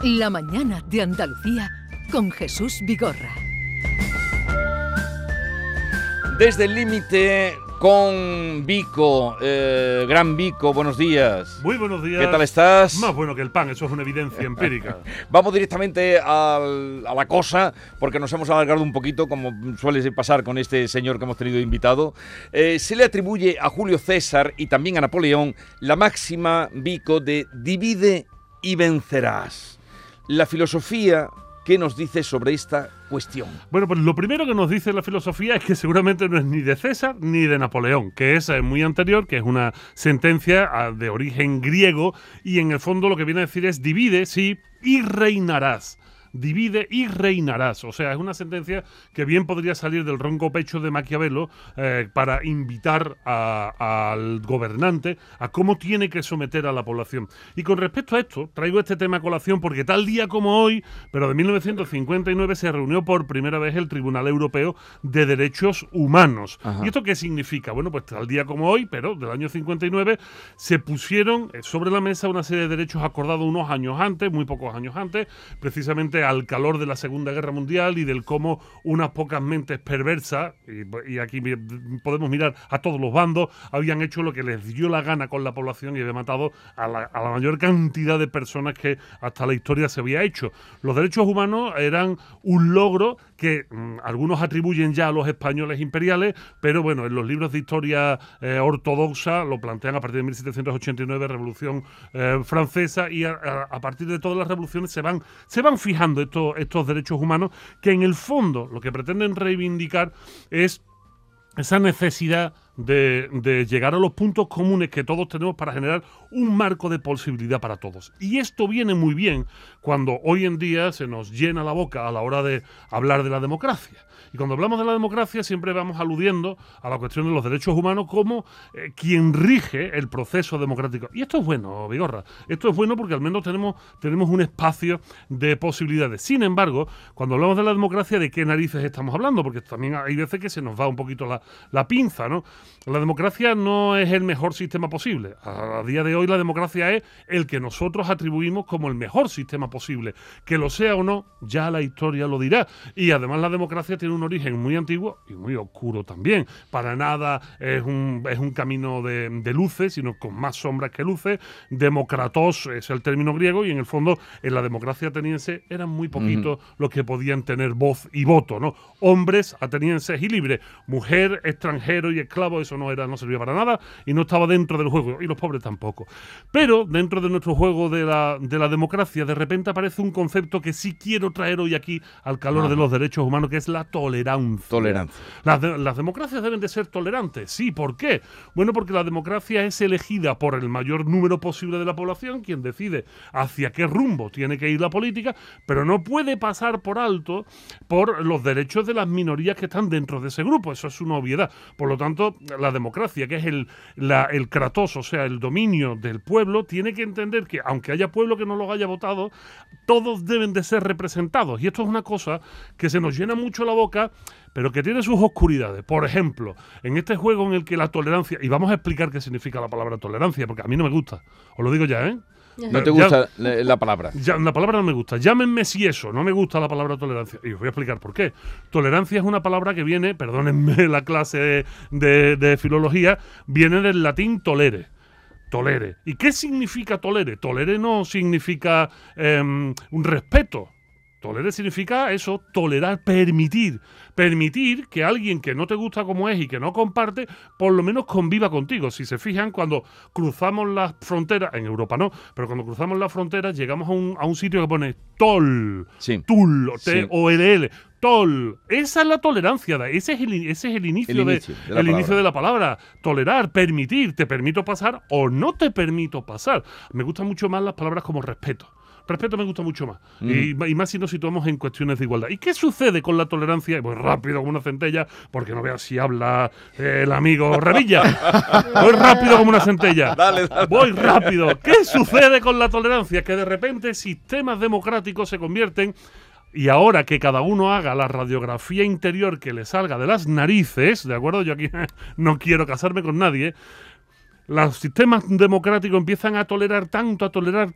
La mañana de Andalucía con Jesús Vigorra. Desde el límite con Vico, Gran Vico, buenos días. Muy buenos días. ¿Qué tal estás? Más bueno que el pan, eso es una evidencia empírica. Vamos directamente a la cosa, porque nos hemos alargado un poquito, como suele pasar con este señor que hemos tenido invitado. Se le atribuye a Julio César y también a Napoleón la máxima, Vico, de divide y vencerás. La filosofía, ¿qué nos dice sobre esta cuestión? Bueno, pues lo primero que nos dice la filosofía es que seguramente no es ni de César ni de Napoleón, que es muy anterior, que es una sentencia de origen griego, y en el fondo lo que viene a decir es divide, sí, y reinarás. Divide y reinarás. O sea, es una sentencia que bien podría salir del ronco pecho de Maquiavelo para invitar al gobernante a cómo tiene que someter a la población. Y con respecto a esto, traigo este tema a colación porque tal día como hoy, pero de 1959, se reunió por primera vez el Tribunal Europeo de Derechos Humanos. Ajá. ¿Y esto qué significa? Bueno, pues tal día como hoy, pero del año 59, se pusieron sobre la mesa una serie de derechos acordados unos años antes, muy pocos años antes, precisamente al calor de la Segunda Guerra Mundial y del cómo unas pocas mentes perversas, y aquí podemos mirar a todos los bandos, habían hecho lo que les dio la gana con la población y habían matado a la mayor cantidad de personas que hasta la historia se había hecho. Los derechos humanos eran un logro que algunos atribuyen ya a los españoles imperiales, pero bueno, en los libros de historia ortodoxa lo plantean a partir de 1789, Revolución Francesa, y a partir de todas las revoluciones se van fijando estos derechos humanos, que en el fondo lo que pretenden reivindicar es esa necesidad de llegar a los puntos comunes que todos tenemos para generar un marco de posibilidad para todos. Y esto viene muy bien cuando hoy en día se nos llena la boca a la hora de hablar de la democracia. Y cuando hablamos de la democracia siempre vamos aludiendo a la cuestión de los derechos humanos como quien rige el proceso democrático. Y esto es bueno, Vigorra. Esto es bueno porque al menos tenemos un espacio de posibilidades. Sin embargo, cuando hablamos de la democracia, ¿de qué narices estamos hablando? Porque también hay veces que se nos va un poquito la pinza, ¿no? La democracia no es el mejor sistema posible. A día de hoy la democracia es el que nosotros atribuimos como el mejor sistema posible. Que lo sea o no, ya la historia lo dirá. Y además la democracia tiene un origen muy antiguo y muy oscuro también. Para nada es un camino de luces, sino con más sombras que luces. Demokratos es el término griego, y en el fondo en la democracia ateniense eran muy poquitos los que podían tener voz y voto, ¿no? Hombres atenienses y libres, mujer, extranjero y esclavo, eso no servía para nada y no estaba dentro del juego, y los pobres tampoco. Pero dentro de nuestro juego de la democracia, de repente aparece un concepto que sí quiero traer hoy aquí al calor de los derechos humanos, que es la tolerancia. Las democracias deben de ser tolerantes. Sí, ¿por qué? Bueno, porque la democracia es elegida por el mayor número posible de la población, quien decide hacia qué rumbo tiene que ir la política, pero no puede pasar por alto por los derechos de las minorías que están dentro de ese grupo. Eso es una obviedad. Por lo tanto, la democracia, que es el kratos, o sea, el dominio del pueblo, tiene que entender que, aunque haya pueblo que no lo haya votado, todos deben de ser representados. Y esto es una cosa que se nos llena mucho la boca, pero que tiene sus oscuridades. Por ejemplo, en este juego en el que la tolerancia... Y vamos a explicar qué significa la palabra tolerancia, porque a mí no me gusta. Os lo digo ya, ¿eh? ¿No te gusta la palabra? La palabra no me gusta. Llámenme si eso, no me gusta la palabra tolerancia. Y os voy a explicar por qué. Tolerancia es una palabra que viene, perdónenme la clase de filología, viene del latín tolere. Tolere. ¿Y qué significa tolere? Tolere no significa un respeto. Tolere significa eso, tolerar, permitir. Permitir que alguien que no te gusta como es y que no comparte, por lo menos conviva contigo. Si se fijan, cuando cruzamos las fronteras, en Europa no, pero cuando cruzamos las fronteras llegamos a un sitio que pone tol, sí. tul, T-O-L-L. Tol, esa es la tolerancia, ese es el inicio de la palabra. Tolerar, permitir, te permito pasar o no te permito pasar. Me gustan mucho más las palabras como respeto. Respeto me gusta mucho más. Y más si nos situamos en cuestiones de igualdad. ¿Y qué sucede con la tolerancia? Voy rápido como una centella, porque no veas si habla el amigo Revilla. Voy rápido como una centella. Dale. Voy rápido. ¿Qué sucede con la tolerancia? Que de repente sistemas democráticos se convierten... Y ahora que cada uno haga la radiografía interior que le salga de las narices, ¿de acuerdo? Yo aquí no quiero casarme con nadie. los sistemas democráticos empiezan a tolerar tanto,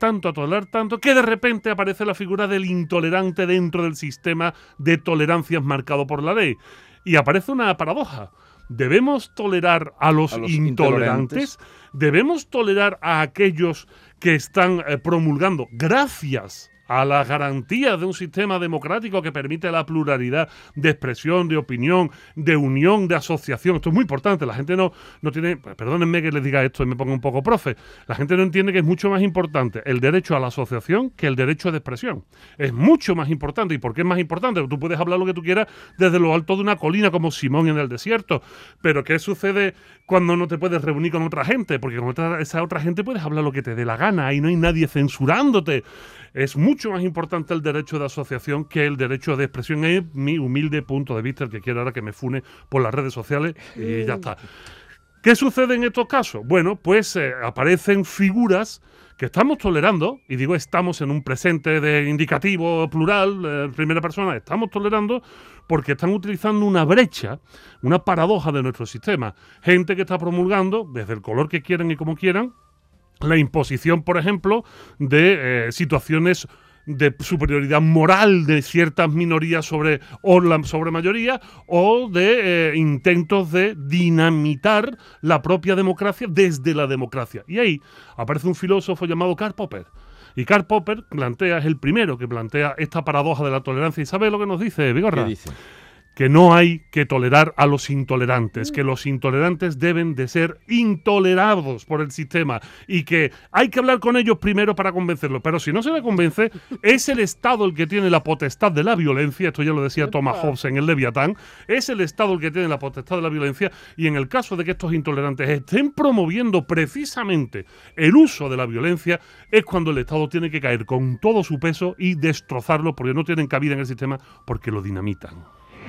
que de repente aparece la figura del intolerante dentro del sistema de tolerancias marcado por la ley. Y aparece una paradoja. ¿Debemos tolerar a los intolerantes? ¿Debemos tolerar a aquellos que están promulgando, gracias a las garantías de un sistema democrático que permite la pluralidad de expresión, de opinión, de unión, de asociación? Esto es muy importante. La gente no tiene... Perdónenme que les diga esto y me ponga un poco profe. La gente no entiende que es mucho más importante el derecho a la asociación que el derecho de expresión. Es mucho más importante. ¿Y por qué es más importante? Tú puedes hablar lo que tú quieras desde lo alto de una colina como Simón en el desierto. Pero ¿qué sucede cuando no te puedes reunir con otra gente? Porque con esa otra gente puedes hablar lo que te dé la gana y no hay nadie censurándote. Es mucho más importante el derecho de asociación que el derecho de expresión. Es mi humilde punto de vista, el que quiera ahora que me fune por las redes sociales y ya está. ¿Qué sucede en estos casos? Bueno, pues aparecen figuras que estamos tolerando, y digo estamos en un presente de indicativo plural, primera persona, estamos tolerando porque están utilizando una brecha, una paradoja de nuestro sistema. Gente que está promulgando, desde el color que quieran y como quieran, la imposición, por ejemplo, de situaciones de superioridad moral de ciertas minorías sobre mayoría, o de intentos de dinamitar la propia democracia desde la democracia. Y ahí aparece un filósofo llamado Karl Popper. Y Karl Popper es el primero que plantea esta paradoja de la tolerancia. ¿Y sabe lo que nos dice, Vigorra? ¿Qué dice? Que no hay que tolerar a los intolerantes, que los intolerantes deben de ser intolerados por el sistema y que hay que hablar con ellos primero para convencerlos. Pero si no se le convence, es el Estado el que tiene la potestad de la violencia. Esto ya lo decía Thomas Hobbes en el Leviatán. Es el Estado el que tiene la potestad de la violencia, y en el caso de que estos intolerantes estén promoviendo precisamente el uso de la violencia, es cuando el Estado tiene que caer con todo su peso y destrozarlo, porque no tienen cabida en el sistema, porque lo dinamitan.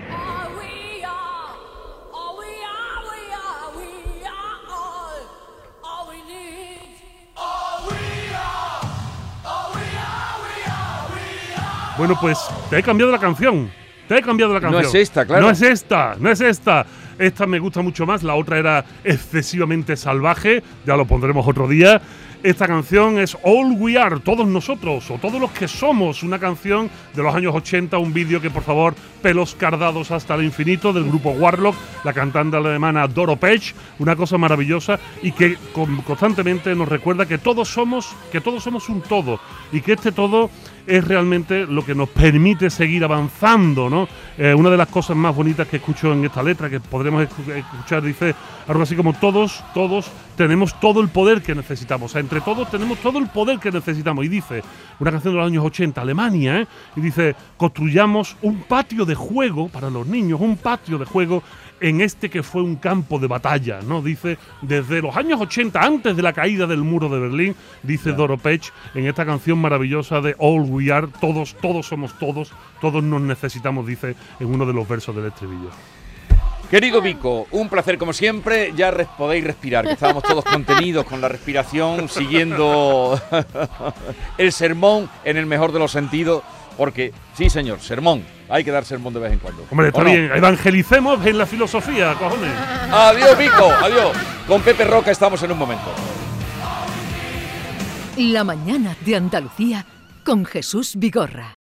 Bueno, pues te he cambiado la canción. No es esta, claro. No es esta. Esta me gusta mucho más. La otra era excesivamente salvaje. Ya lo pondremos otro día. Esta canción es All We Are, todos nosotros, o todos los que somos. Una canción de los años 80, un vídeo que, por favor, pelos cardados hasta el infinito, del grupo Warlock, la cantante alemana Doro Pesch, una cosa maravillosa, y que constantemente nos recuerda que todos somos un todo, y que este todo es realmente lo que nos permite seguir avanzando, ¿no? Una de las cosas más bonitas que escucho en esta letra, que podremos escuchar, dice algo así como todos tenemos todo el poder que necesitamos. O sea, entre todos tenemos todo el poder que necesitamos. Y dice, una canción de los años 80, Alemania, y dice, construyamos un patio de juego para los niños, un patio de juego en este que fue un campo de batalla, ¿no? Dice, desde los años 80, antes de la caída del muro de Berlín, dice Doro Pesch en esta canción maravillosa de All We Are, todos somos todos nos necesitamos, dice en uno de los versos del estribillo. Querido Vico, un placer como siempre. Ya podéis respirar, que estábamos todos contenidos con la respiración, siguiendo el sermón en el mejor de los sentidos, porque, sí señor, sermón, hay que dar sermón de vez en cuando. Hombre, está bien, evangelicemos en la filosofía, cojones. Adiós, Vico, adiós. Con Pepe Roca estamos en un momento. La mañana de Andalucía con Jesús Vigorra.